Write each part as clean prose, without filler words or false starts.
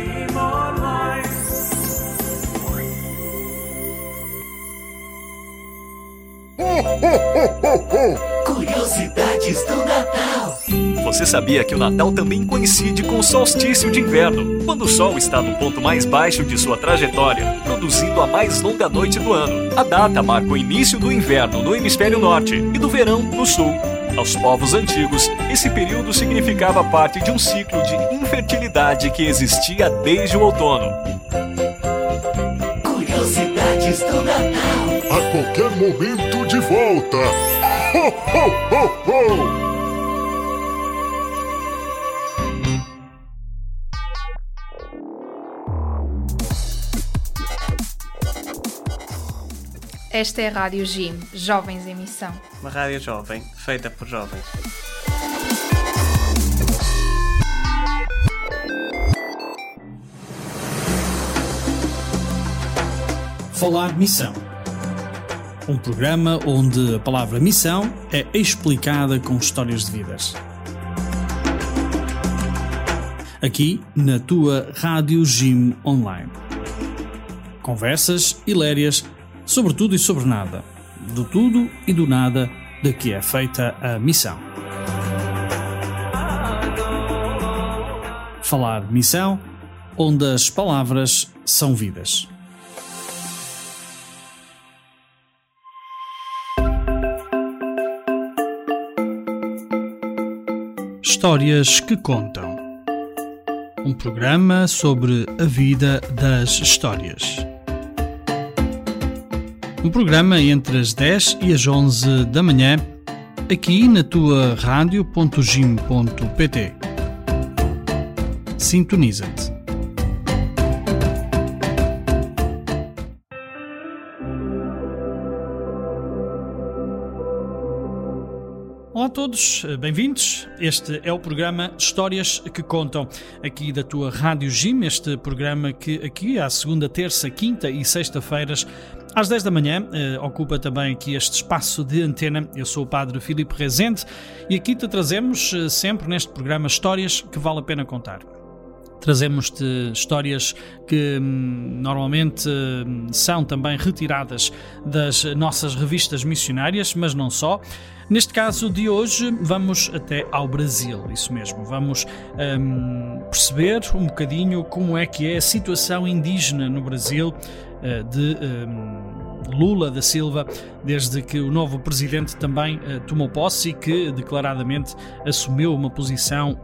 Jim Online. Curiosidades do Natal. Você sabia que o Natal também coincide com o solstício de inverno, quando o Sol está no ponto mais baixo de sua trajetória, produzindo a mais longa noite do ano. A data marca o início do inverno no hemisfério norte e do verão no sul. Aos povos antigos, esse período significava parte de um ciclo de infertilidade que existia desde o outono. Curiosidades do Natal. A qualquer momento de volta. Ho, ho, ho, ho! Esta é a Rádio Jim, Jovens em Missão. Uma rádio jovem, feita por jovens. Falar Missão. Um programa onde a palavra missão é explicada com histórias de vidas. Aqui na tua Rádio Jim Online. Conversas hilarias sobre tudo e sobre nada. Do tudo e do nada de que é feita a missão. Falar Missão, onde as palavras são vidas. Histórias que contam. Um programa sobre a vida das histórias. Um programa entre as 10 e as 11 da manhã, aqui na tua radio.jim.pt. Sintoniza-te. Olá a todos, bem-vindos. Este é o programa Histórias que Contam, aqui da tua Rádio Jim, este programa que aqui à segunda, terça, quinta e sexta-feiras às 10 da manhã ocupa também aqui este espaço de antena. Eu sou o Padre Filipe Rezende e aqui te trazemos sempre neste programa histórias que vale a pena contar. Trazemos-te histórias que normalmente são também retiradas das nossas revistas missionárias, mas não só. Neste caso de hoje vamos até ao Brasil, isso mesmo. Vamos perceber um bocadinho como é que é a situação indígena no Brasil de Lula da Silva, desde que o novo presidente também tomou posse e que declaradamente assumiu uma posição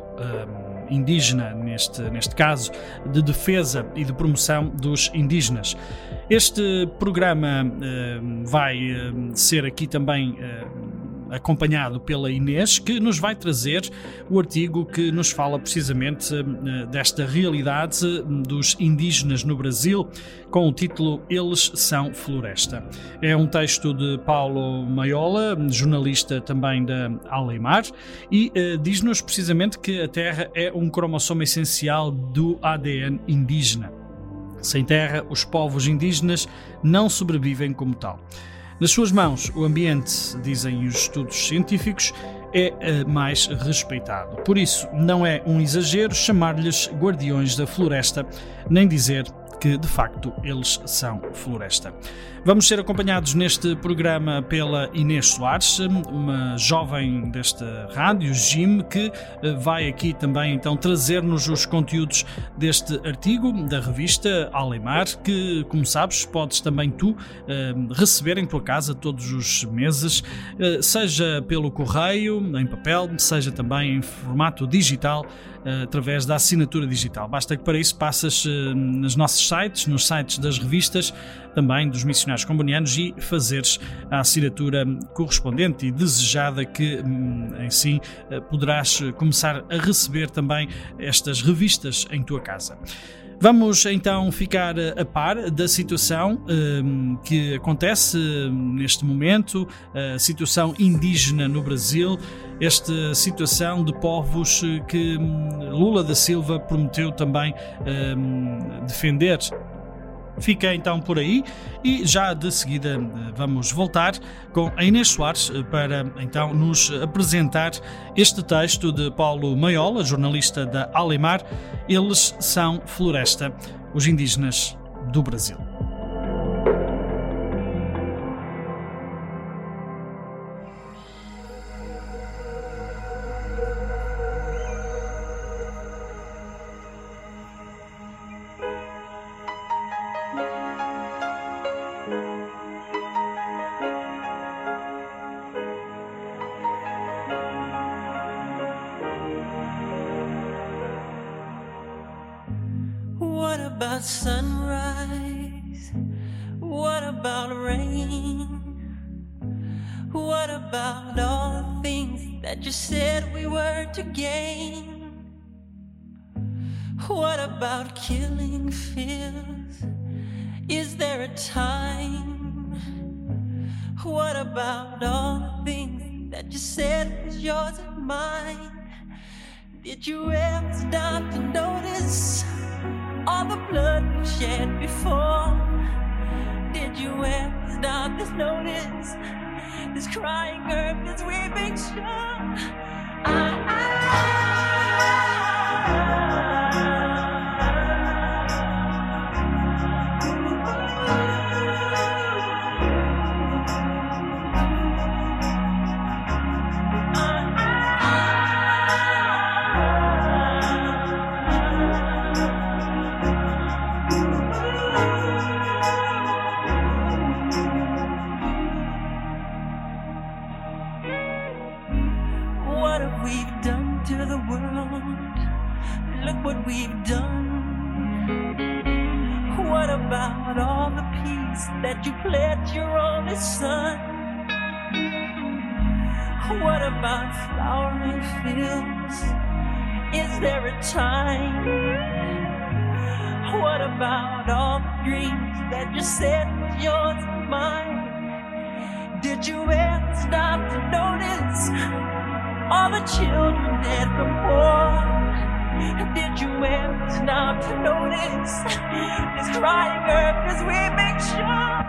indígena, neste caso, de defesa e de promoção dos indígenas. Este programa vai ser aqui também acompanhado pela Inês, que nos vai trazer o artigo que nos fala precisamente desta realidade dos indígenas no Brasil, com o título Eles são Floresta. É um texto de Paulo Maiola, jornalista também da Alemar, e diz-nos precisamente que a terra é um cromossoma essencial do ADN indígena. Sem terra, os povos indígenas não sobrevivem como tal. Nas suas mãos, o ambiente, dizem os estudos científicos, é mais respeitado. Por isso, não é um exagero chamar-lhes guardiões da floresta, nem dizer que, de facto, eles são floresta. Vamos ser acompanhados neste programa pela Inês Soares, uma jovem desta rádio, Jim, que vai aqui também então trazer-nos os conteúdos deste artigo da revista Alemar, que, como sabes, podes também tu receber em tua casa todos os meses, seja pelo correio, em papel, seja também em formato digital, através da assinatura digital. Basta que para isso passas nos nossos sites, nos sites das revistas, também dos missionários combonianos, e fazeres a assinatura correspondente e desejada, que assim poderás começar a receber também estas revistas em tua casa. Vamos então ficar a par da situação que acontece neste momento, a situação indígena no Brasil, esta situação de povos que Lula da Silva prometeu também defender. Fica então por aí e já de seguida vamos voltar com a Inês Soares para então nos apresentar este texto de Paulo Maiola, jornalista da Alemar. Eles são floresta, os indígenas do Brasil. What about sunrise? What about rain? What about all the things that you said we were to gain? What about killing fears? Is there a time? What about all the things that you said was yours and mine? Did you ever stop to notice all the blood we shed before? Did you ever stop to notice this crying earth, this weeping shore? What we've done. What about all the peace that you pledged your only son? What about flowering fields? Is there a time? What about all the dreams that you said was yours and mine? Did you ever stop to notice all the children dead from war? Did you ever stop to notice this crying earth as we make sure?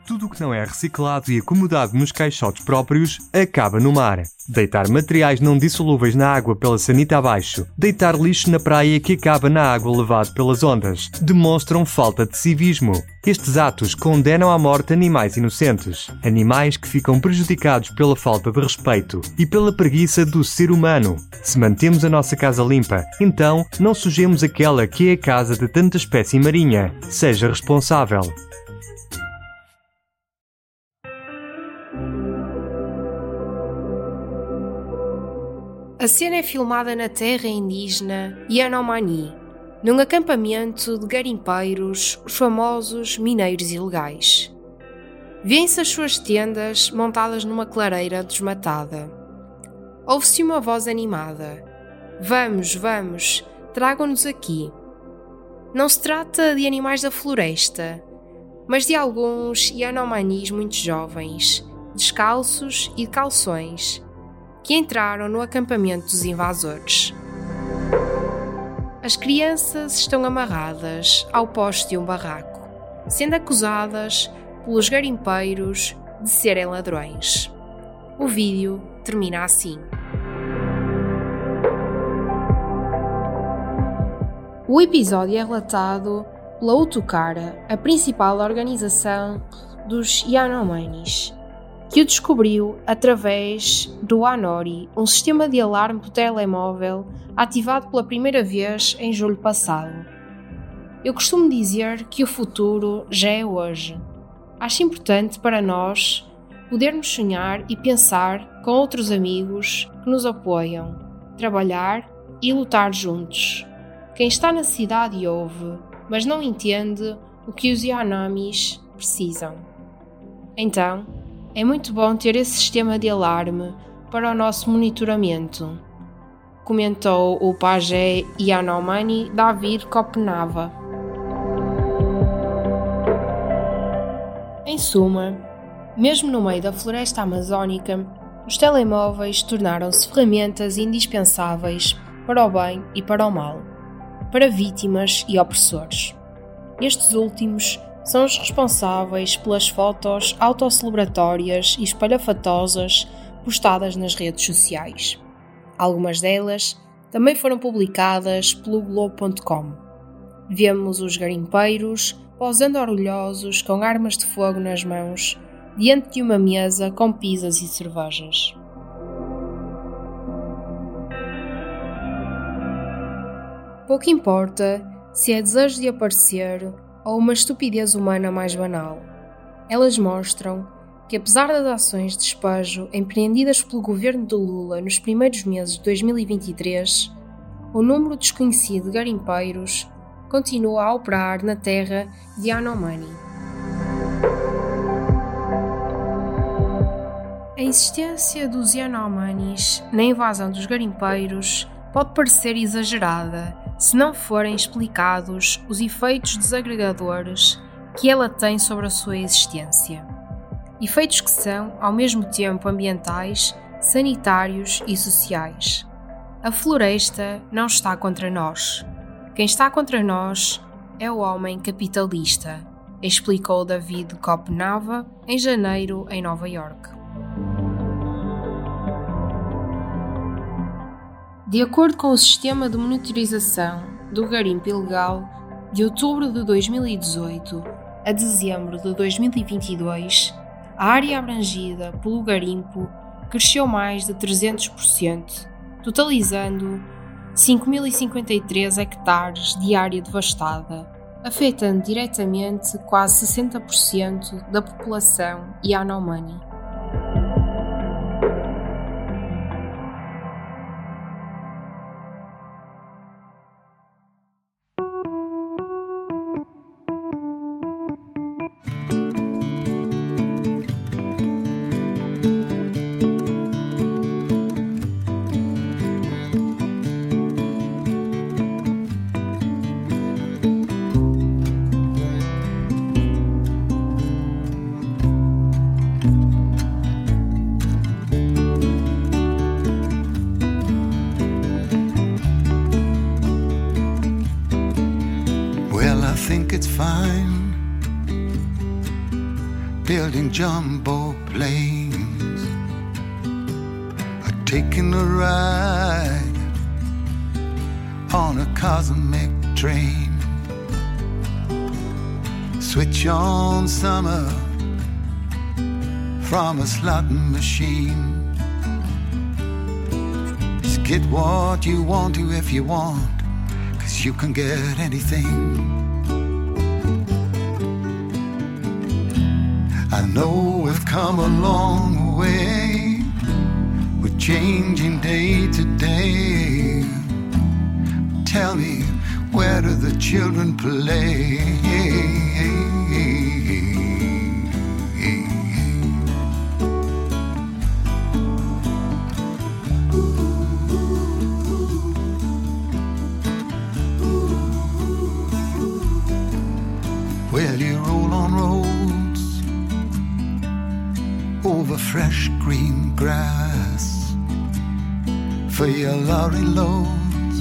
tudo o que não é reciclado e acomodado nos caixotes próprios acaba no mar. Deitar materiais não dissolúveis na água pela sanita abaixo, deitar lixo na praia que acaba na água levado pelas ondas, demonstram falta de civismo. Estes atos condenam à morte animais inocentes, animais que ficam prejudicados pela falta de respeito e pela preguiça do ser humano. Se mantemos a nossa casa limpa, então não sujemos aquela que é a casa de tanta espécie marinha. Seja responsável. A cena é filmada na terra indígena Yanomami, num acampamento de garimpeiros, os famosos mineiros ilegais. Vêem-se as suas tendas montadas numa clareira desmatada. Ouve-se uma voz animada. Vamos, vamos, tragam-nos aqui. Não se trata de animais da floresta, mas de alguns Yanomamis muito jovens, descalços e de calções, que entraram no acampamento dos invasores. As crianças estão amarradas ao poste de um barraco, sendo acusadas pelos garimpeiros de serem ladrões. O vídeo termina assim. O episódio é relatado pela Utukara, a principal organização dos Yanomamis, que o descobriu através do Anori, um sistema de alarme por telemóvel ativado pela primeira vez em julho passado. Eu costumo dizer que o futuro já é hoje. Acho importante para nós podermos sonhar e pensar com outros amigos que nos apoiam, trabalhar e lutar juntos. Quem está na cidade ouve, mas não entende o que os Yanomamis precisam. Então, é muito bom ter esse sistema de alarme para o nosso monitoramento, comentou o pajé Yanomami David Kopnava. Em suma, mesmo no meio da floresta amazónica, os telemóveis tornaram-se ferramentas indispensáveis para o bem e para o mal, para vítimas e opressores. Estes últimos são os responsáveis pelas fotos autocelebratórias e espalhafatosas postadas nas redes sociais. Algumas delas também foram publicadas pelo Globo.com. Vemos os garimpeiros posando orgulhosos com armas de fogo nas mãos diante de uma mesa com pizzas e cervejas. Pouco importa se é desejo de aparecer ou uma estupidez humana mais banal. Elas mostram que, apesar das ações de despejo empreendidas pelo governo de Lula nos primeiros meses de 2023, o número desconhecido de garimpeiros continua a operar na terra de Yanomami. A insistência dos Yanomamis na invasão dos garimpeiros pode parecer exagerada se não forem explicados os efeitos desagregadores que ela tem sobre a sua existência. Efeitos que são, ao mesmo tempo, ambientais, sanitários e sociais. A floresta não está contra nós. Quem está contra nós é o homem capitalista, explicou David Kopnava em janeiro em Nova Iorque. De acordo com o sistema de monitorização do garimpo ilegal, de outubro de 2018 a dezembro de 2022, a área abrangida pelo garimpo cresceu mais de 300%, totalizando 5.053 hectares de área devastada, afetando diretamente quase 60% da população Yanomami. It's fine building jumbo planes, or taking a ride on a cosmic train. Switch on summer from a slot machine. Just get what you want to if you want, 'cause you can get anything. I know we've come a long way, we're changing day to day. Tell me, where do the children play? Well, you roll on roads over fresh green grass for your lorry loads,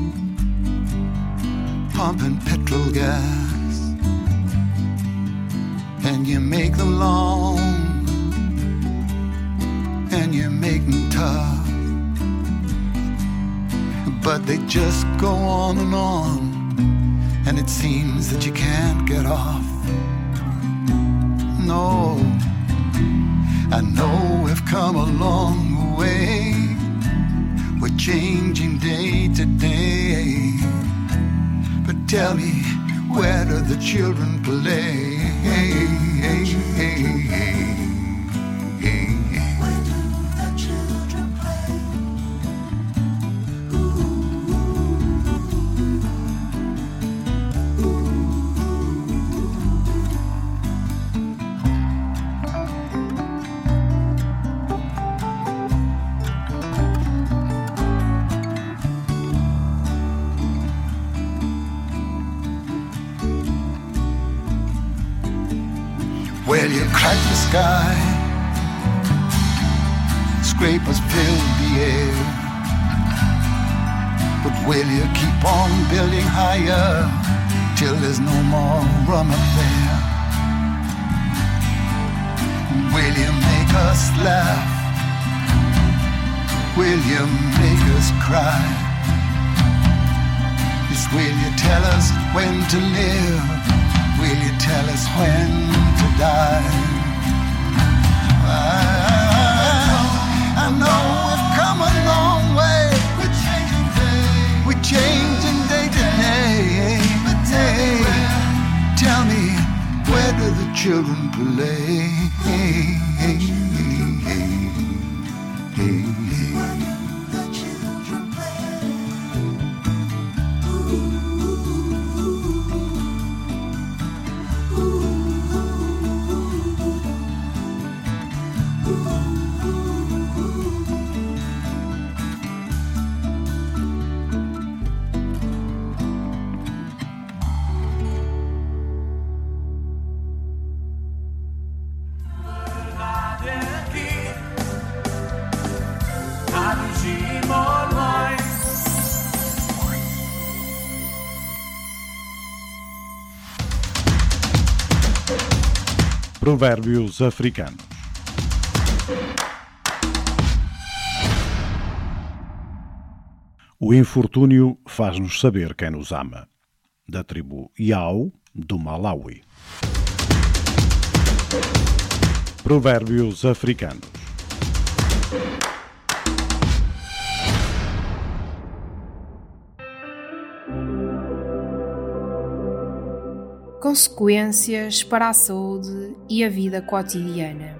pumping petrol gas, and you make them long and you make them tough, but they just go on, and it seems that you can't get off. No, I know we've come a long way, we're changing day to day. But tell me, where do the children play? Well, you crack the sky, scrapers fill the air, but will you keep on building higher till there's no more room up there? Will you make us laugh? Will you make us cry? Yes, will you tell us when to live? Will you tell us when to die? I know we've come a long way. We're changing day to day. Tell me, where do the children play? Provérbios africanos. O infortúnio faz-nos saber quem nos ama. Da tribo Yao, do Malawi. Provérbios africanos. Consequências para a saúde e a vida cotidiana.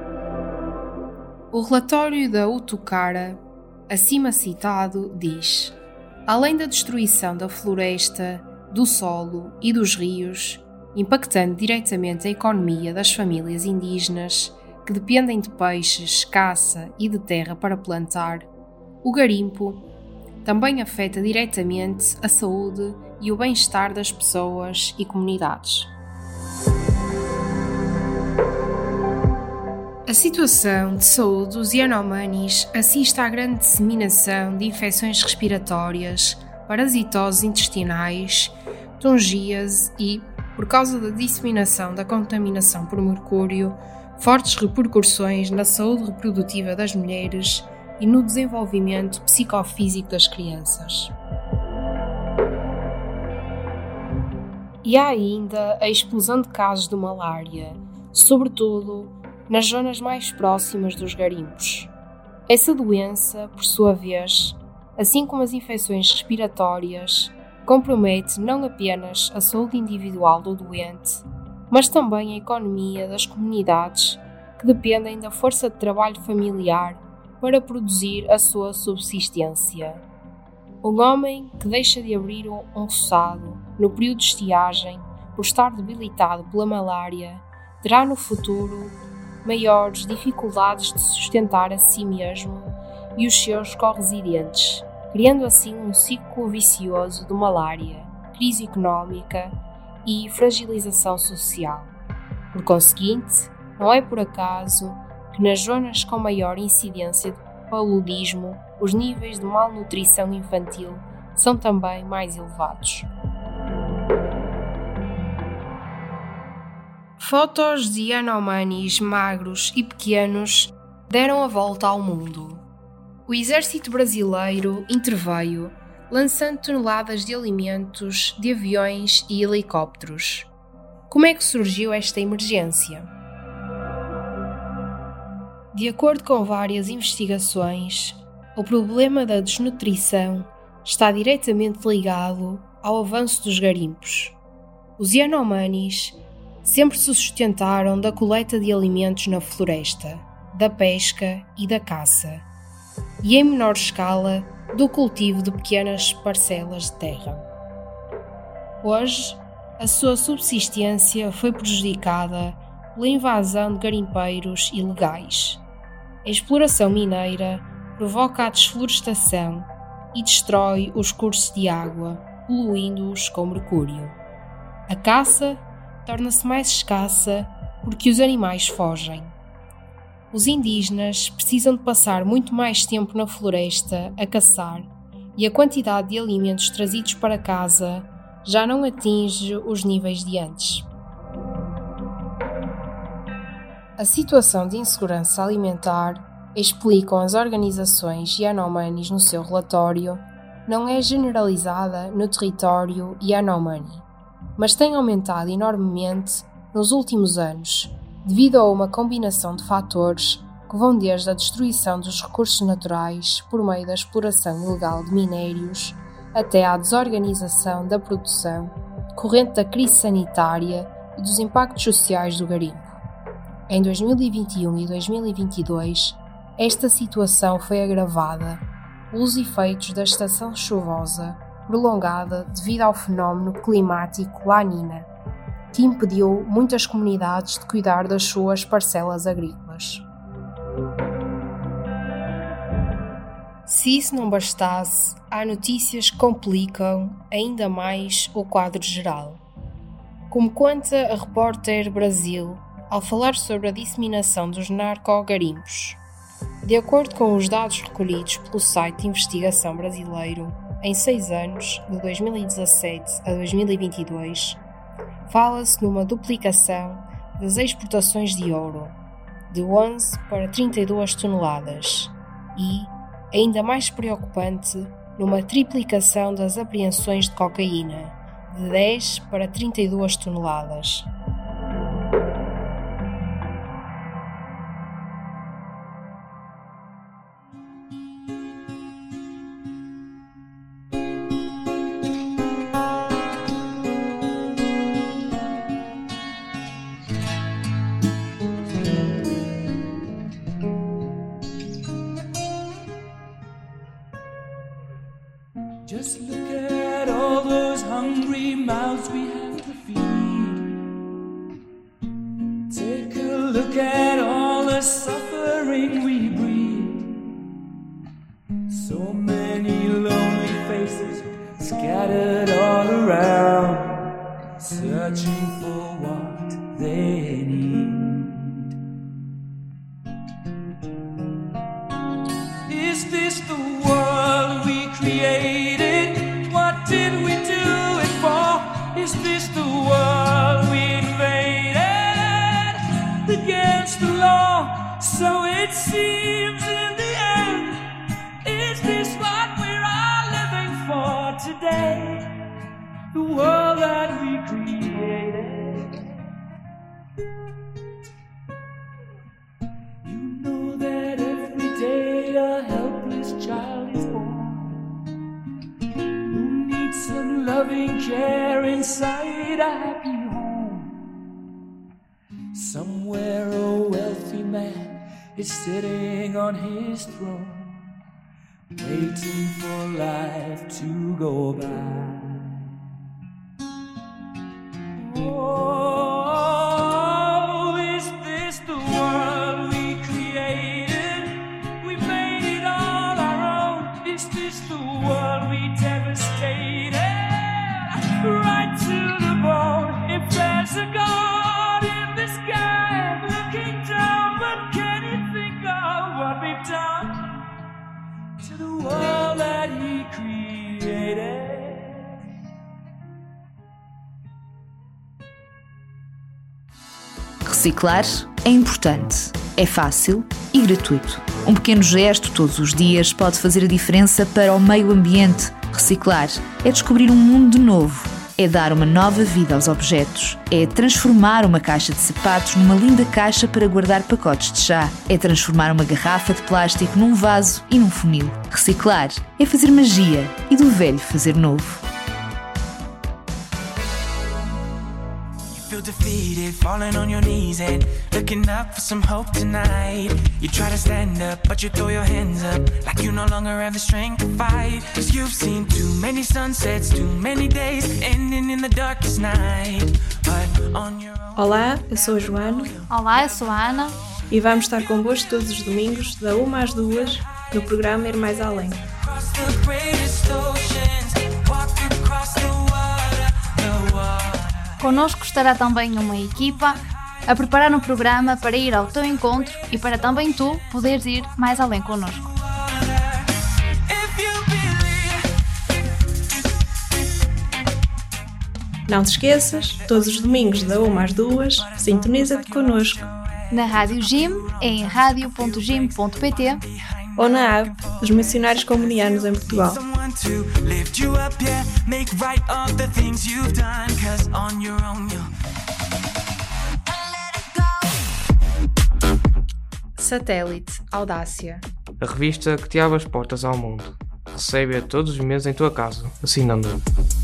O relatório da Utukara, acima citado, diz: além da destruição da floresta, do solo e dos rios, impactando diretamente a economia das famílias indígenas que dependem de peixes, caça e de terra para plantar, o garimpo também afeta diretamente a saúde e o bem-estar das pessoas e comunidades. A situação de saúde dos Yanomamis assiste à grande disseminação de infecções respiratórias, parasitoses intestinais, tongíase e por causa da disseminação da contaminação por mercúrio, fortes repercussões na saúde reprodutiva das mulheres e no desenvolvimento psicofísico das crianças. E há ainda a explosão de casos de malária, sobretudo nas zonas mais próximas dos garimpos. Essa doença, por sua vez, assim como as infecções respiratórias, compromete não apenas a saúde individual do doente, mas também a economia das comunidades que dependem da força de trabalho familiar para produzir a sua subsistência. Um homem que deixa de abrir um roçado no período de estiagem por estar debilitado pela malária terá no futuro maiores dificuldades de sustentar a si mesmo e os seus corresidentes, criando assim um ciclo vicioso de malária, crise económica e fragilização social. Por conseguinte, não é por acaso que nas zonas com maior incidência de paludismo os níveis de malnutrição infantil são também mais elevados. Fotos de Yanomamis magros e pequenos deram a volta ao mundo. O exército brasileiro interveio, lançando toneladas de alimentos de aviões e helicópteros. Como é que surgiu esta emergência? De acordo com várias investigações, o problema da desnutrição está diretamente ligado ao avanço dos garimpos. Os Yanomamis sempre se sustentaram da coleta de alimentos na floresta, da pesca e da caça, e em menor escala do cultivo de pequenas parcelas de terra. Hoje, a sua subsistência foi prejudicada pela invasão de garimpeiros ilegais. A exploração mineira provoca a desflorestação e destrói os cursos de água, poluindo-os com mercúrio. A caça torna-se mais escassa porque os animais fogem. Os indígenas precisam de passar muito mais tempo na floresta a caçar e a quantidade de alimentos trazidos para casa já não atinge os níveis de antes. A situação de insegurança alimentar, explicam as organizações Yanomamis no seu relatório, não é generalizada no território Yanomami, mas tem aumentado enormemente nos últimos anos, devido a uma combinação de fatores que vão desde a destruição dos recursos naturais por meio da exploração ilegal de minérios até à desorganização da produção decorrente da crise sanitária e dos impactos sociais do garimpo. Em 2021 e 2022, esta situação foi agravada pelos efeitos da estação chuvosa prolongada devido ao fenómeno climático La Nina, que impediu muitas comunidades de cuidar das suas parcelas agrícolas. Se isso não bastasse, há notícias que complicam ainda mais o quadro geral. Como conta a repórter Brasil ao falar sobre a disseminação dos narcogarimpos. De acordo com os dados recolhidos pelo site de investigação brasileiro, em 6 anos, de 2017 a 2022, fala-se numa duplicação das exportações de ouro, de 11 para 32 toneladas, e, ainda mais preocupante, numa triplicação das apreensões de cocaína, de 10 para 32 toneladas. Just look at all those hungry mouths we have to feed. Take a look at all the suffering we breed. So many lonely faces scattered all around, searching for what they need. Is this the world we created? What did we do it for? Is this the world it seems in the end. Is this what we're all living for today? The world that we created. You know that every day a helpless child is born, who needs some loving care inside a happy home. Somewhere a wealthy man is sitting on his throne, waiting for life to go by. Oh, is this the world we created? We made it all our own. Is this the world we devastated? Right to the bone. If there's a God in the sky looking down, but can you think of what we've done to the world that He created? Reciclar é importante, é fácil e gratuito. Um pequeno gesto todos os dias pode fazer a diferença para o meio ambiente. Reciclar é descobrir um mundo novo, é dar uma nova vida aos objetos, é transformar uma caixa de sapatos numa linda caixa para guardar pacotes de chá, é transformar uma garrafa de plástico num vaso e num funil. Reciclar é fazer magia e do velho fazer novo. Feel defeated, falling on your knees and looking up for some hope tonight. You try to stand up, but you throw your hands up like you no longer have the strength to fight. 'Cause you've seen too many sunsets, too many days ending in the darkest night. But on your own... Olá, eu sou a Joana. Olá, eu sou a Ana. E vamos estar convosco todos os domingos, da 1 às 2, no programa Ir Mais Além. Connosco estará também uma equipa a preparar um programa para ir ao teu encontro e para também tu poderes ir mais além connosco. Não te esqueças, todos os domingos da 1 às 2, sintoniza-te connosco. Na Rádio Jim, em radio.jim.pt ou na app dos Missionários Comunianos em Portugal. Satélite Audácia, a revista que te abre as portas ao mundo. Recebe-a todos os meses em tua casa, assinando.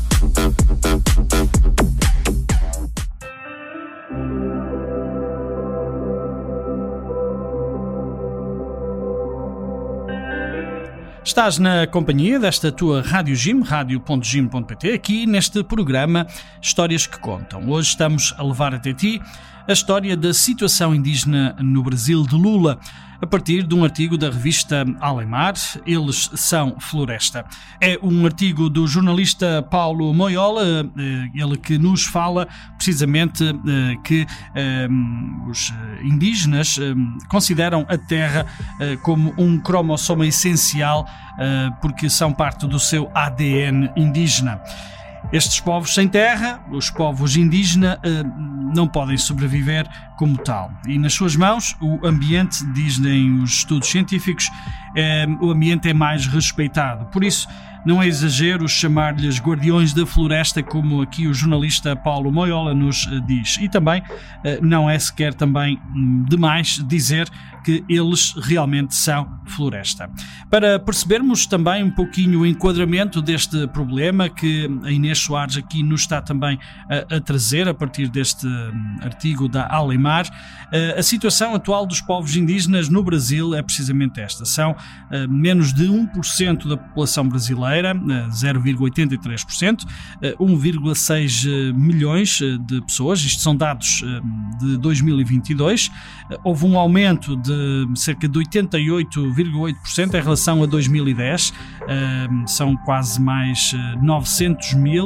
Estás na companhia desta tua Rádio Jim, radio.jim.pt, aqui neste programa Histórias que Contam. Hoje estamos a levar até ti a história da situação indígena no Brasil de Lula, a partir de um artigo da revista Alemar, Eles São Floresta. É um artigo do jornalista Paulo Moiola, ele que nos fala precisamente que os indígenas consideram a terra como um cromossoma essencial porque são parte do seu ADN indígena. Estes povos sem terra, os povos indígenas, não podem sobreviver como tal. E nas suas mãos, o ambiente, dizem os estudos científicos, o ambiente é mais respeitado. Por isso, não é exagero chamar-lhes guardiões da floresta, como aqui o jornalista Paulo Moiola nos diz. E também não é sequer também demais dizer que eles realmente são floresta. Para percebermos também um pouquinho o enquadramento deste problema que a Inês Soares aqui nos está também a trazer a partir deste artigo da Alemar, a situação atual dos povos indígenas no Brasil é precisamente esta. São menos de 1% da população brasileira, 0,83%, 1,6 milhões de pessoas. Isto são dados de 2022. Houve um aumento de cerca de 88,8% em relação a 2010. São quase mais 900 mil.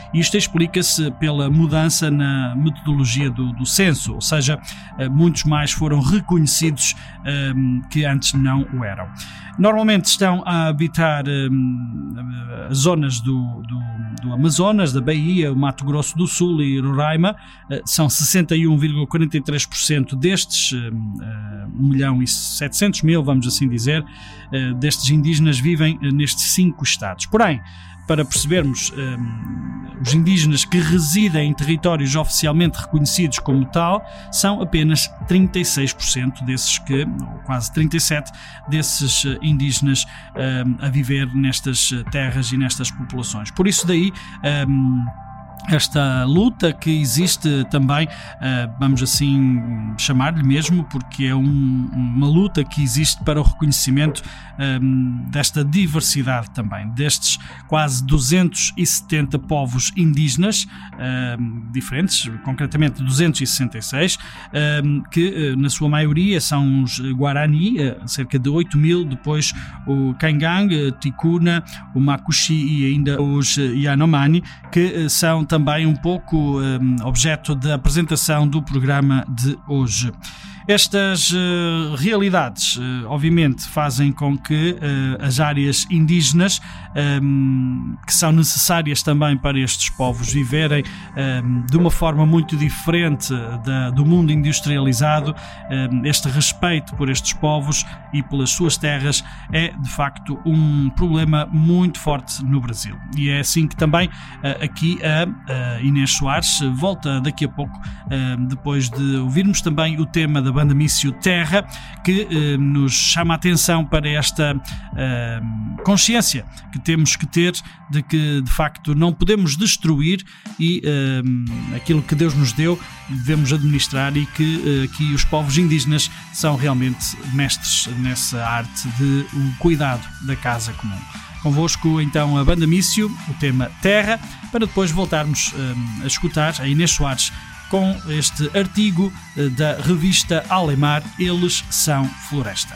e isto explica-se pela mudança na metodologia do censo, ou seja, muitos mais foram reconhecidos que antes não o eram. Normalmente estão a habitar zonas do Amazonas, da Bahia, Mato Grosso do Sul e Roraima. São 61,43% destes 1.700.000, vamos assim dizer, destes indígenas vivem nestes 5 estados. Porém, para percebermos os indígenas que residem em territórios oficialmente reconhecidos como tal, são apenas 36% desses quase 37% desses indígenas a viver nestas terras e nestas populações. Por isso daí esta luta que existe também, vamos assim chamar-lhe mesmo, porque é uma luta que existe para o reconhecimento desta diversidade também, destes quase 270 povos indígenas diferentes, concretamente 266, que na sua maioria são os Guarani, cerca de 8.000, depois o Kaingang, Ticuna, o Makuxi e ainda os Yanomami, que são também um pouco objeto da apresentação do programa de hoje. Estas realidades, obviamente, fazem com que as áreas indígenas, que são necessárias também para estes povos viverem de uma forma muito diferente do mundo industrializado, este respeito por estes povos e pelas suas terras é, de facto, um problema muito forte no Brasil. E é assim que também aqui a Inês Soares volta daqui a pouco, depois de ouvirmos também o tema da banda Mício Terra, que nos chama a atenção para esta consciência que temos que ter de que, de facto, não podemos destruir e aquilo que Deus nos deu devemos administrar, e que aqui os povos indígenas são realmente mestres nessa arte de o cuidado da casa comum. Convosco, então, a banda Mício, o tema Terra, para depois voltarmos a escutar a Inês Soares com este artigo da revista Alemar, Eles São Floresta.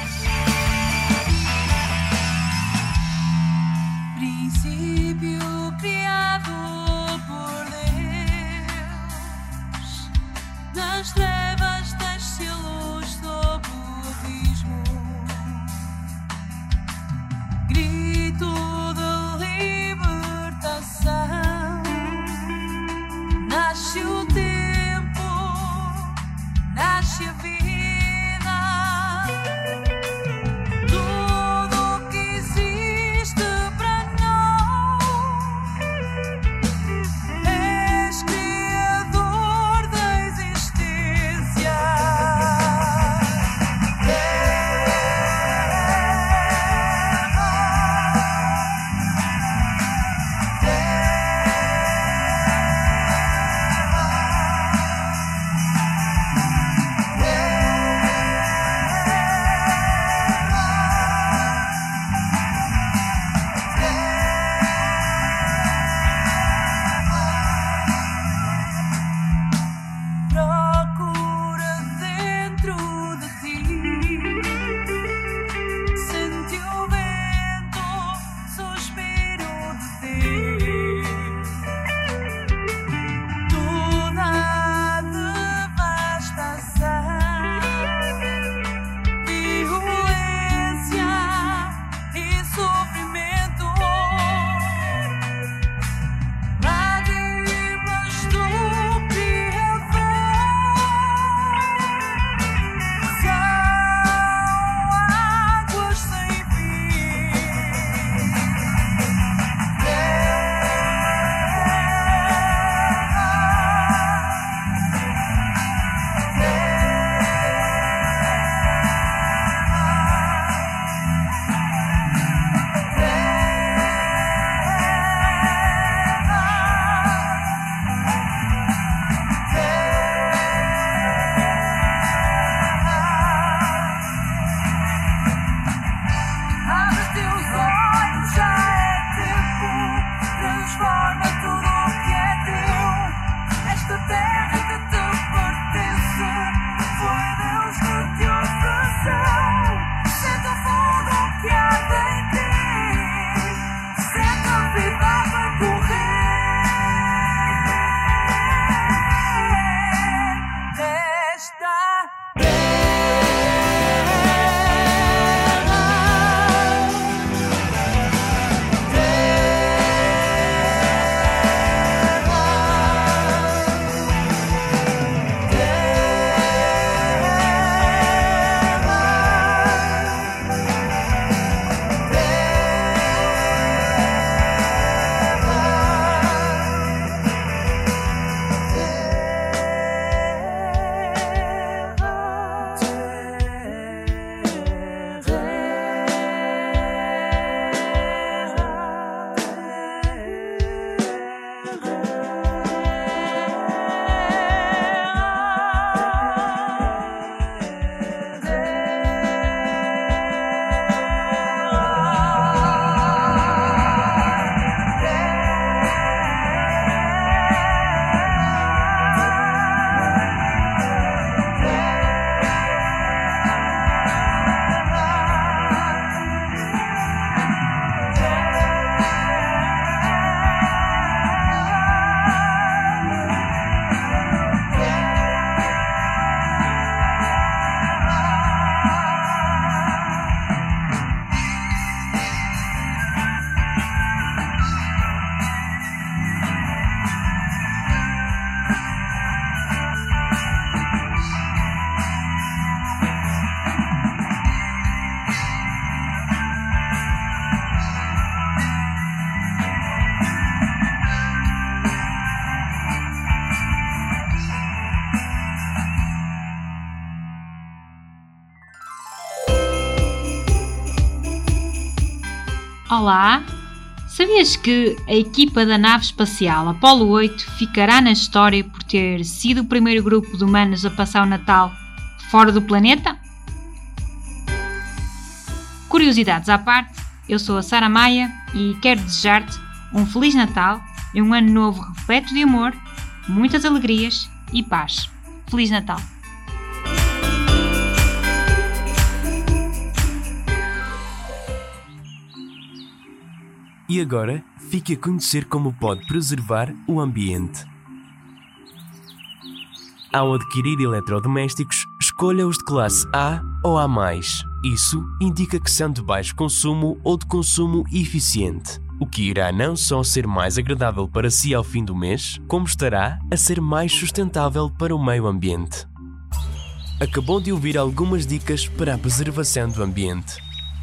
Princípio criado por Deus, nas trevas desce luz do budismo, grito de libertação, nasce o tempo, nasce a vida. Olá! Sabias que a equipa da nave espacial Apollo 8 ficará na história por ter sido o primeiro grupo de humanos a passar o Natal fora do planeta? Curiosidades à parte, eu sou a Sara Maia e quero desejar-te um Feliz Natal e um ano novo repleto de amor, muitas alegrias e paz. Feliz Natal! E agora, fique a conhecer como pode preservar o ambiente. Ao adquirir eletrodomésticos, escolha os de classe A ou A+. Isso indica que são de baixo consumo ou de consumo eficiente, o que irá não só ser mais agradável para si ao fim do mês, como estará a ser mais sustentável para o meio ambiente. Acabou de ouvir algumas dicas para a preservação do ambiente.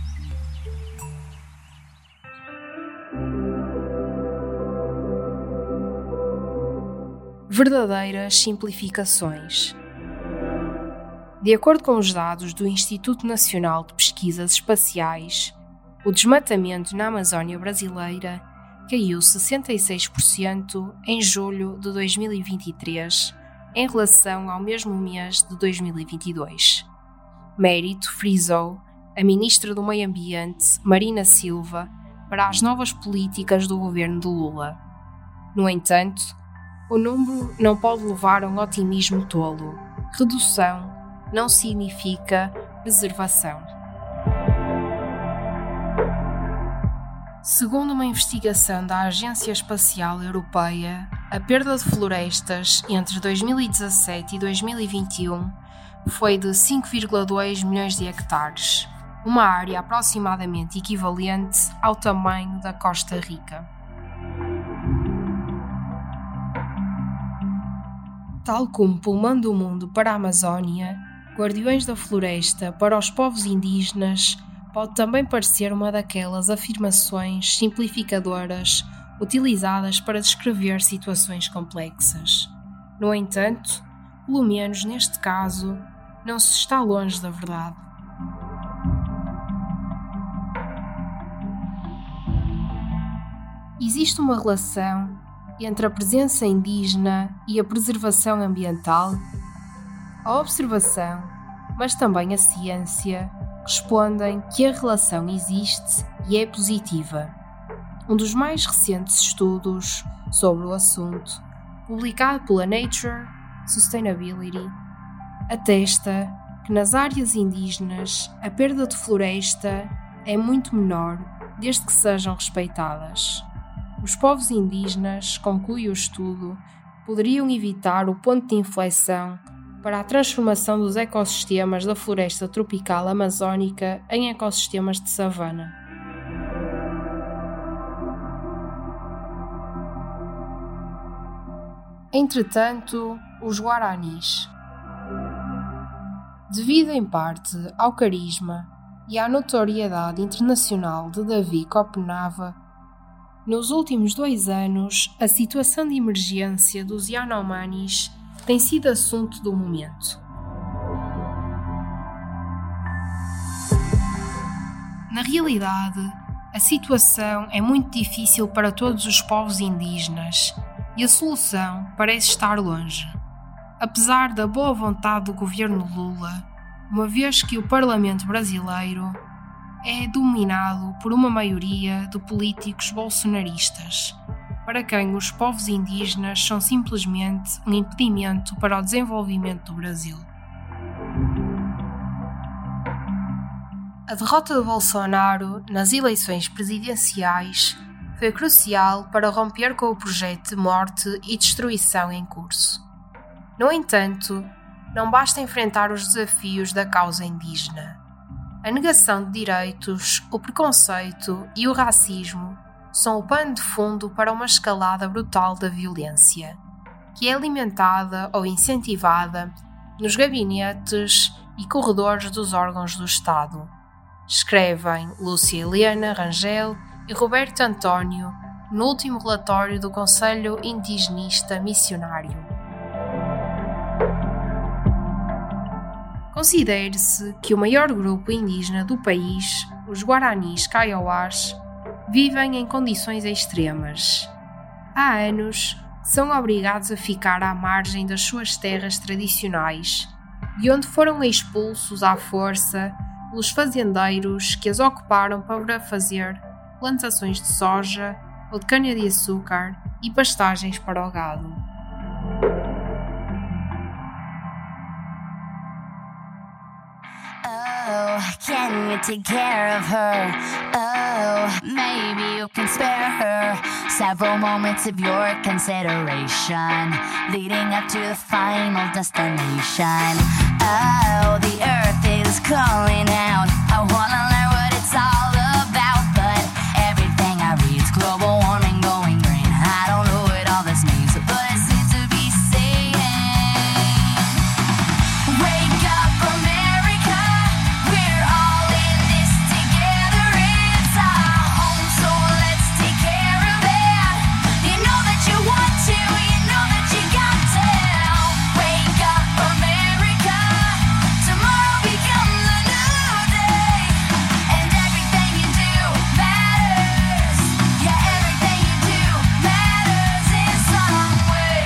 Verdadeiras simplificações. De acordo com os dados do Instituto Nacional de Pesquisas Espaciais, o desmatamento na Amazónia brasileira caiu 66% em julho de 2023 em relação ao mesmo mês de 2022. Mérito frisou a Ministra do Meio Ambiente, Marina Silva, para as novas políticas do governo de Lula. No entanto, o número não pode levar a um otimismo tolo. Redução não significa preservação. Segundo uma investigação da Agência Espacial Europeia, a perda de florestas entre 2017 e 2021 foi de 5,2 milhões de hectares, uma área aproximadamente equivalente ao tamanho da Costa Rica. Tal como pulmão do mundo para a Amazónia, guardiões da floresta para os povos indígenas pode também parecer uma daquelas afirmações simplificadoras utilizadas para descrever situações complexas. No entanto, pelo menos neste caso, não se está longe da verdade. Existe uma relação entre a presença indígena e a preservação ambiental? A observação, mas também a ciência, respondem que a relação existe e é positiva. Um dos mais recentes estudos sobre o assunto, publicado pela Nature Sustainability, atesta que nas áreas indígenas a perda de floresta é muito menor desde que sejam respeitadas. Os povos indígenas, conclui o estudo, poderiam evitar o ponto de inflexão para a transformação dos ecossistemas da floresta tropical amazónica em ecossistemas de savana. Entretanto, os Guaranis. Devido em parte ao carisma e à notoriedade internacional de Davi Copenhaver, nos últimos 2 anos, a situação de emergência dos Yanomamis tem sido assunto do momento. Na realidade, a situação é muito difícil para todos os povos indígenas e a solução parece estar longe. Apesar da boa vontade do governo Lula, uma vez que o Parlamento brasileiro é dominado por uma maioria de políticos bolsonaristas, para quem os povos indígenas são simplesmente um impedimento para o desenvolvimento do Brasil. A derrota de Bolsonaro nas eleições presidenciais foi crucial para romper com o projeto de morte e destruição em curso. No entanto, não basta enfrentar os desafios da causa indígena. A negação de direitos, o preconceito e o racismo são o pano de fundo para uma escalada brutal da violência, que é alimentada ou incentivada nos gabinetes e corredores dos órgãos do Estado. Escrevem Lúcia Helena Rangel e Roberto António no último relatório do Conselho Indigenista Missionário. Considere-se que o maior grupo indígena do país, os Guaranis Kaiowás, vivem em condições extremas. Há anos, são obrigados a ficar à margem das suas terras tradicionais, de onde foram expulsos à força pelos fazendeiros que as ocuparam para fazer plantações de soja ou de cana-de-açúcar e pastagens para o gado. Oh, can you take care of her? Oh, maybe you can spare her several moments of your consideration, leading up to the final destination. Oh, the earth is calling out. I wanna learn what it's all about, but everything I read is global warming going green. I don't know what all this means, but it seems to be saying, wake up, America. We're all in this together. It's our home, so let's take care of it. You know that you want to, you know that you got to. Wake up, America. Tomorrow becomes a new day, and everything you do matters. Yeah, everything you do matters in some way.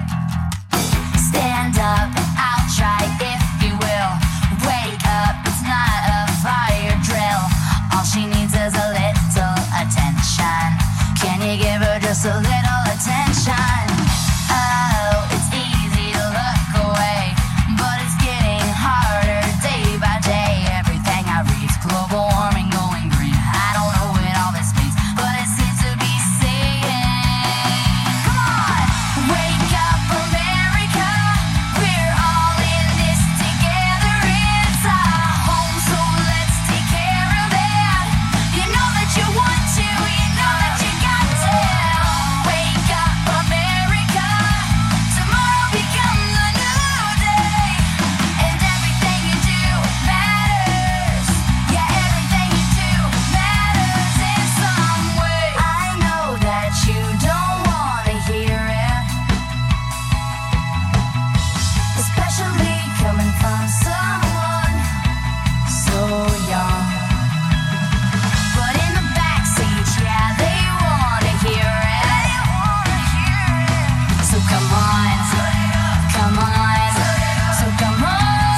Stand up, I'll try if you will. Wake up, it's not a fire drill. All she needs is a little attention. Can you give her just a little attention? Oh, it's easy to look away, but it's getting harder day by day. Everything I read is global warming going green. I don't know what all this means, but it seems to be saying, come on, wake up, America. We're all in this together. It's our home, so let's take care of it. You know that you want to, you know that you got to. Wake up, America. Tomorrow becomes a new day, and everything you do matters. Yeah, everything you do matters in some way. I know that you don't want to hear it, especially coming from someone so young. But in the backseat, yeah, they want to hear it. So come on, come on, so come on.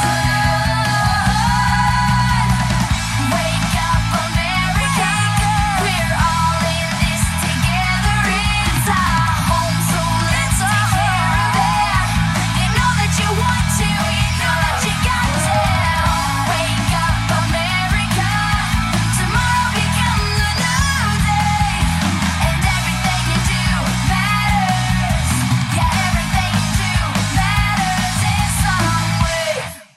Wake up, America. We're all in this together. It's our home, so let's take care of it. You know that you want to, you know that you got to. Wake up, America. Tomorrow becomes a new day, and everything you do matters. Yeah, everything you do matters in some way.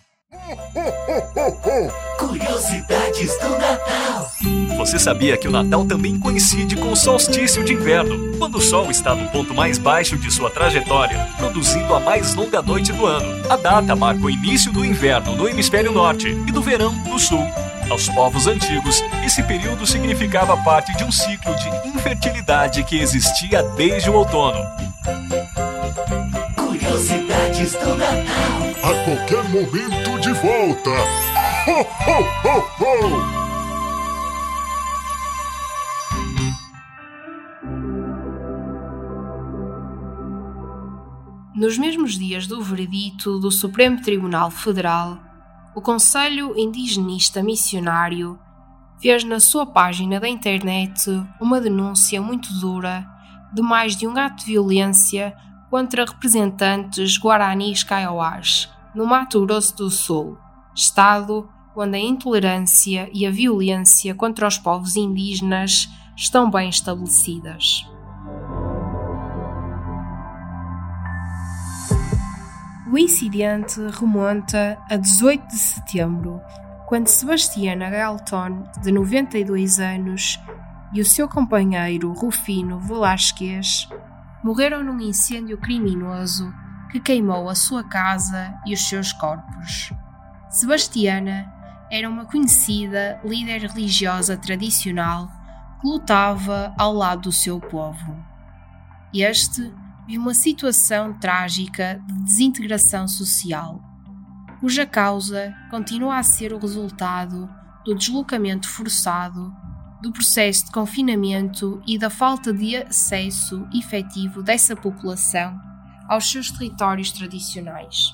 Curiosidades do Natal. Você sabia que o Natal também coincide com o solstício de inverno, quando o Sol está no ponto mais baixo de sua trajetória, produzindo a mais longa noite do ano. A data marca o início do inverno no hemisfério norte e do verão no sul. Aos povos antigos, esse período significava parte de um ciclo de infertilidade que existia desde o outono. Curiosidades do Natal. A qualquer momento de volta. Ho, ho, ho, ho! Nos mesmos dias do veredito do Supremo Tribunal Federal, o Conselho Indigenista Missionário fez na sua página da internet uma denúncia muito dura de mais de um ato de violência contra representantes guaranis kaiowás, no Mato Grosso do Sul, estado onde a intolerância e a violência contra os povos indígenas estão bem estabelecidas. O incidente remonta a 18 de setembro, quando Sebastiana Galton, de 92 anos, e o seu companheiro Rufino Velasquez morreram num incêndio criminoso que queimou a sua casa e os seus corpos. Sebastiana era uma conhecida líder religiosa tradicional que lutava ao lado do seu povo. Este viu uma situação trágica de desintegração social, cuja causa continua a ser o resultado do deslocamento forçado do processo de confinamento e da falta de acesso efetivo dessa população aos seus territórios tradicionais.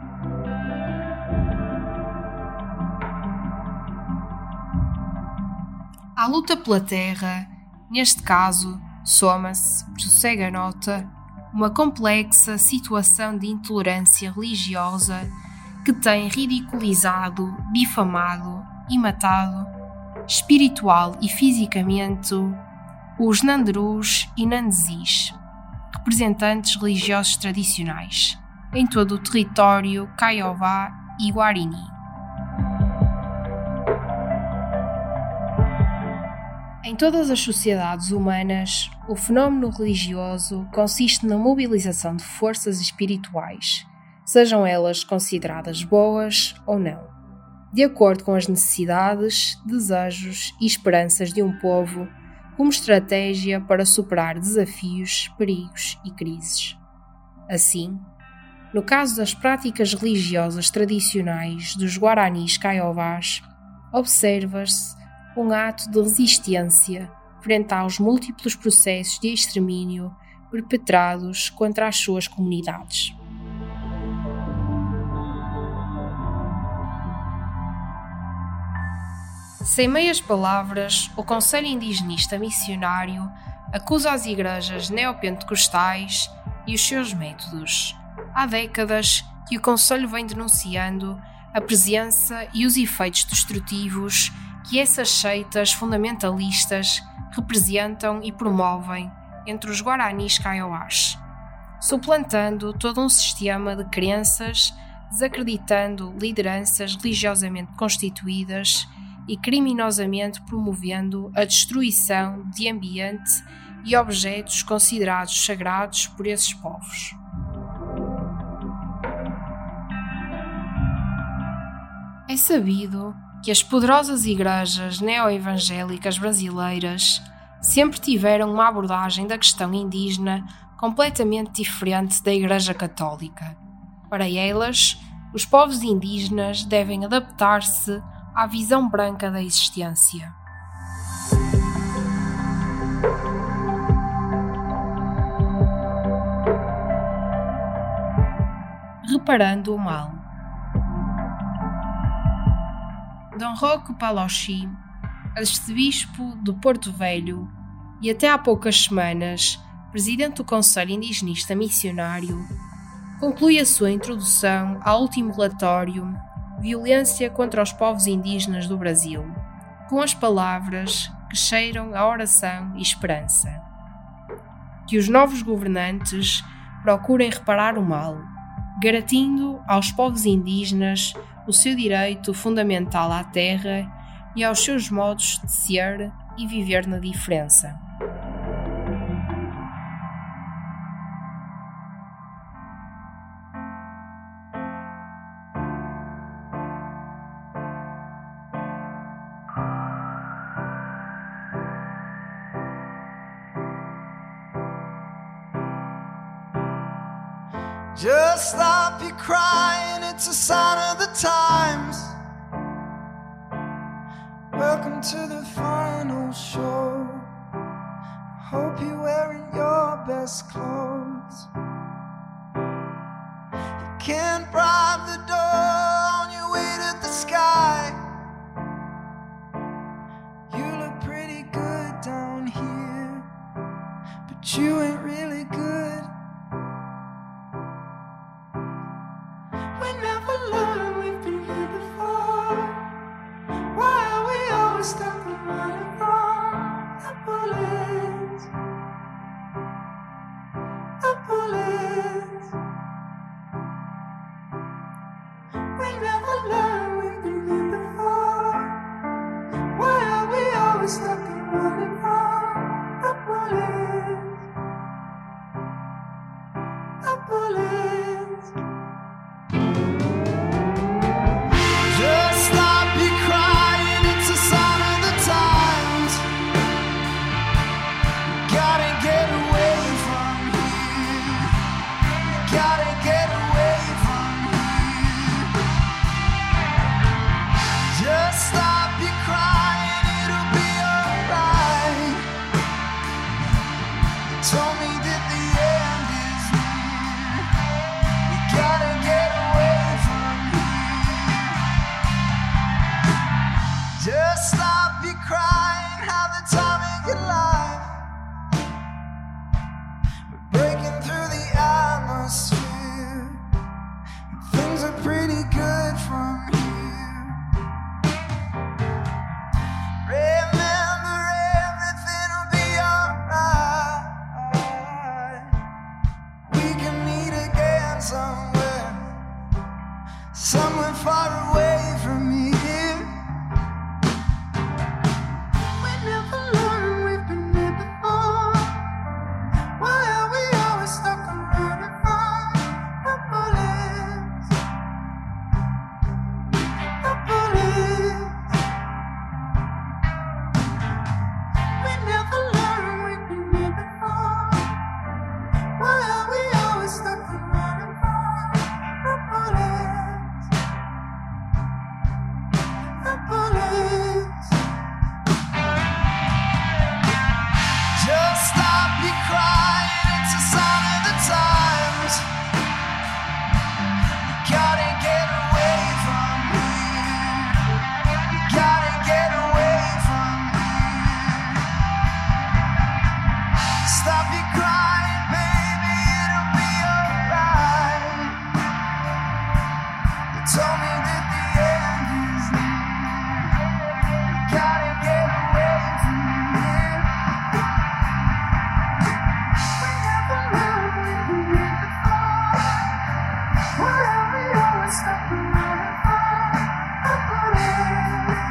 A luta pela terra, neste caso, soma-se, prossegue a nota, uma complexa situação de intolerância religiosa que tem ridiculizado, difamado e matado, espiritual e fisicamente, os Nanderus e Nandezis, representantes religiosos tradicionais, em todo o território Kaiowá e Guarani. Em todas as sociedades humanas, o fenómeno religioso consiste na mobilização de forças espirituais, sejam elas consideradas boas ou não, de acordo com as necessidades, desejos e esperanças de um povo, como estratégia para superar desafios, perigos e crises. Assim, no caso das práticas religiosas tradicionais dos Guaranis Kaiowás, observa-se um ato de resistência frente aos múltiplos processos de extermínio perpetrados contra as suas comunidades. Sem meias palavras, o Conselho Indigenista Missionário acusa as igrejas neopentecostais e os seus métodos. Há décadas que o Conselho vem denunciando a presença e os efeitos destrutivos que essas seitas fundamentalistas representam e promovem entre os Guaranis Kaiowás, suplantando todo um sistema de crenças, desacreditando lideranças religiosamente constituídas e criminosamente promovendo a destruição de ambiente e objetos considerados sagrados por esses povos. É sabido que as poderosas igrejas neoevangélicas brasileiras sempre tiveram uma abordagem da questão indígena completamente diferente da Igreja Católica. Para elas, os povos indígenas devem adaptar-se à visão branca da existência. Reparando o mal. Dom Roque Palocci, arcebispo do Porto Velho e até há poucas semanas presidente do Conselho Indigenista Missionário, conclui a sua introdução ao último relatório Violência contra os povos indígenas do Brasil, com as palavras que cheiram a oração e esperança. Que os novos governantes procurem reparar o mal, garantindo aos povos indígenas o seu direito fundamental à terra e aos seus modos de ser e viver na diferença. Just stop your crying, it's a sign of the times. Welcome to the final show. Hope you're wearing your best clothes. You can't bribe the door on your way to the sky. You look pretty good down here, but you ain't really good. Stuck and running from the bullets. The bullets. We never learned we've been here before. Why are we always stuck and running from the bullets? somewhere far away from here. We never learned we've been here before. Why are we always stuck on running from the bullets? The bullets. We never learned we've been here before. Why are we always stuck on running from the bullets? The bullets. Just stop your crying, it's a sign of the times. You gotta get away from here. You gotta get away from here. Stop your crying, baby, it'll be alright. You told me that the end is near. You gotta get away from here. We never learned we've been here before. Why are we always stuck around for the bullets?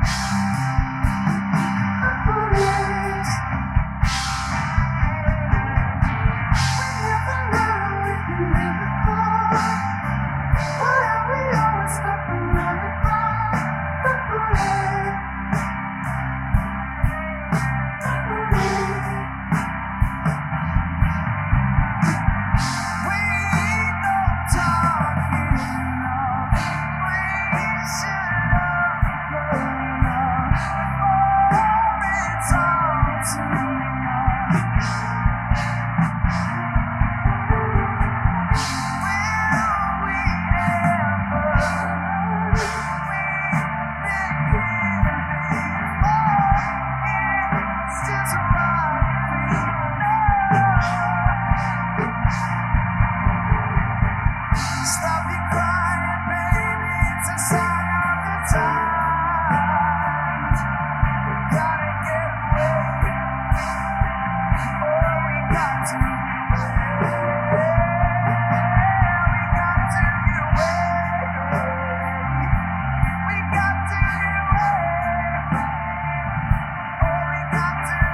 The bullets. We never learned we've been here before. Why are we always stuck around for the bullets? The bullets. We don't talk enough. We should have enough before it's all too much. Will we ever learn? We've been here before. It's just what we know. Stop your crying, baby, it's a sign of the times. We gotta get away. Oh, we got to get away. We got to get away. We got to get away. Oh, we got to get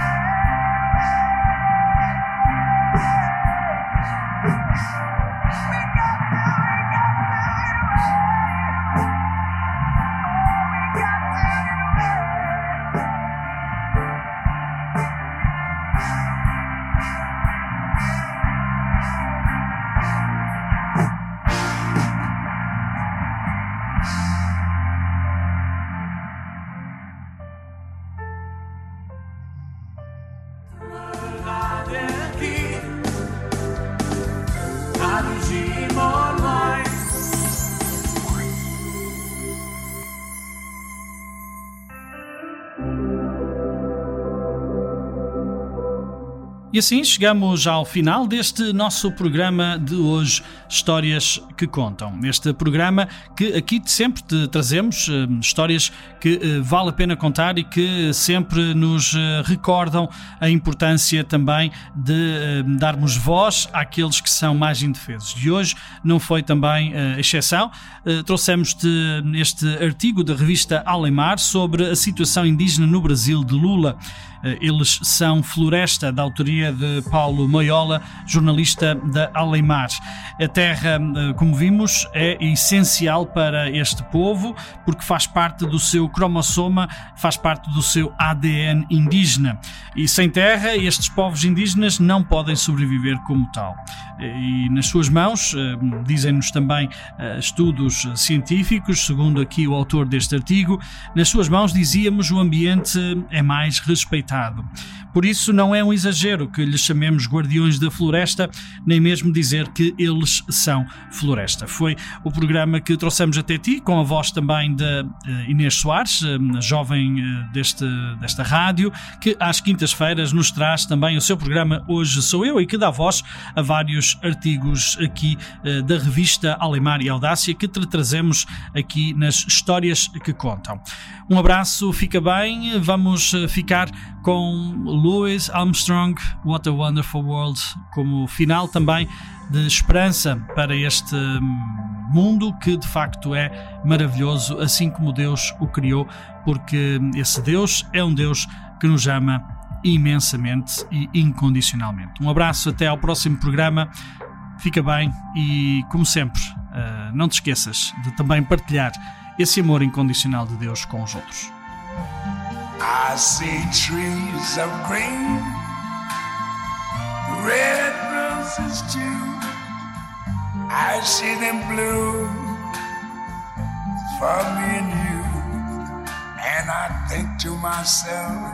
E assim chegamos ao final deste nosso programa de hoje, Histórias que Contam. Este programa que aqui sempre te trazemos histórias que vale a pena contar e que sempre nos recordam a importância também de darmos voz àqueles que são mais indefesos. E hoje não foi também exceção. Trouxemos-te este artigo da revista Alemar sobre a situação indígena no Brasil de Lula. Eles são Floresta, da autoria de Paulo Moiola, jornalista da Alemar. A terra, como vimos, é essencial para este povo porque faz parte do seu cromossoma, faz parte do seu ADN indígena. E sem terra, estes povos indígenas não podem sobreviver como tal. E nas suas mãos, dizem-nos também estudos científicos, segundo aqui o autor deste artigo, nas suas mãos, dizíamos, o ambiente é mais respeitado. Por isso não é um exagero que lhes chamemos guardiões da floresta, nem mesmo dizer que eles são floresta. Foi o programa que trouxemos até ti, com a voz também da Inês Soares, jovem desta rádio, que às quintas-feiras nos traz também o seu programa Hoje Sou Eu, e que dá voz a vários vários artigos aqui da revista Alemar e Audácia que te trazemos aqui nas histórias que contam. Um abraço, fica bem, vamos ficar com Louis Armstrong, What a Wonderful World, como final também de esperança para este mundo que de facto é maravilhoso, assim como Deus o criou, porque esse Deus é um Deus que nos ama imensamente e incondicionalmente. Um abraço, até ao próximo programa, fica bem e, como sempre, não te esqueças de também partilhar esse amor incondicional de Deus com os outros. I see trees of green, red roses too. I see them blue for me and you. And I think to myself,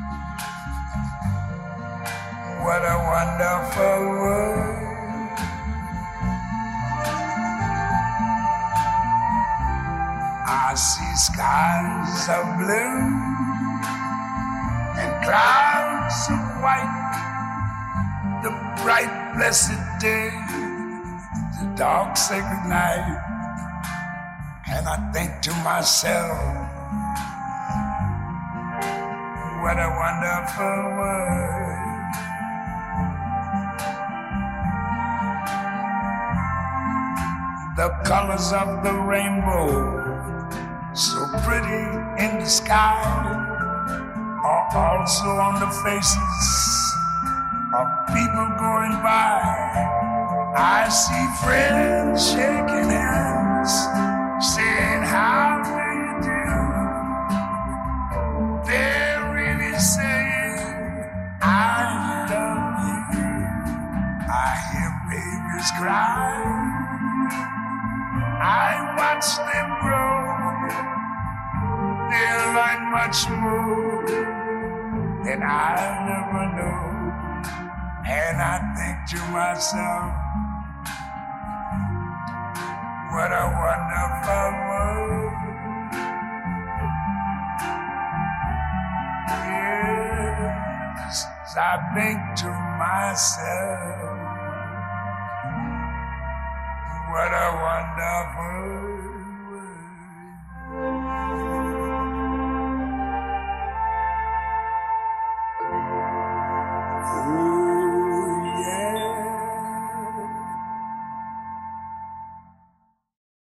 what a wonderful world. I see skies of blue and clouds of white, the bright blessed day, the dark sacred night. And I think to myself, what a wonderful world. The colors of the rainbow, so pretty in the sky, are also on the faces of people going by. I see friends shaking hands, saying, how do you do? They're really saying, I love you. I hear babies cry, I watch them grow. They'll learn much more than I'll never know. And I think to myself, what a wonderful world. Yes, I think to myself, what a wonderful world.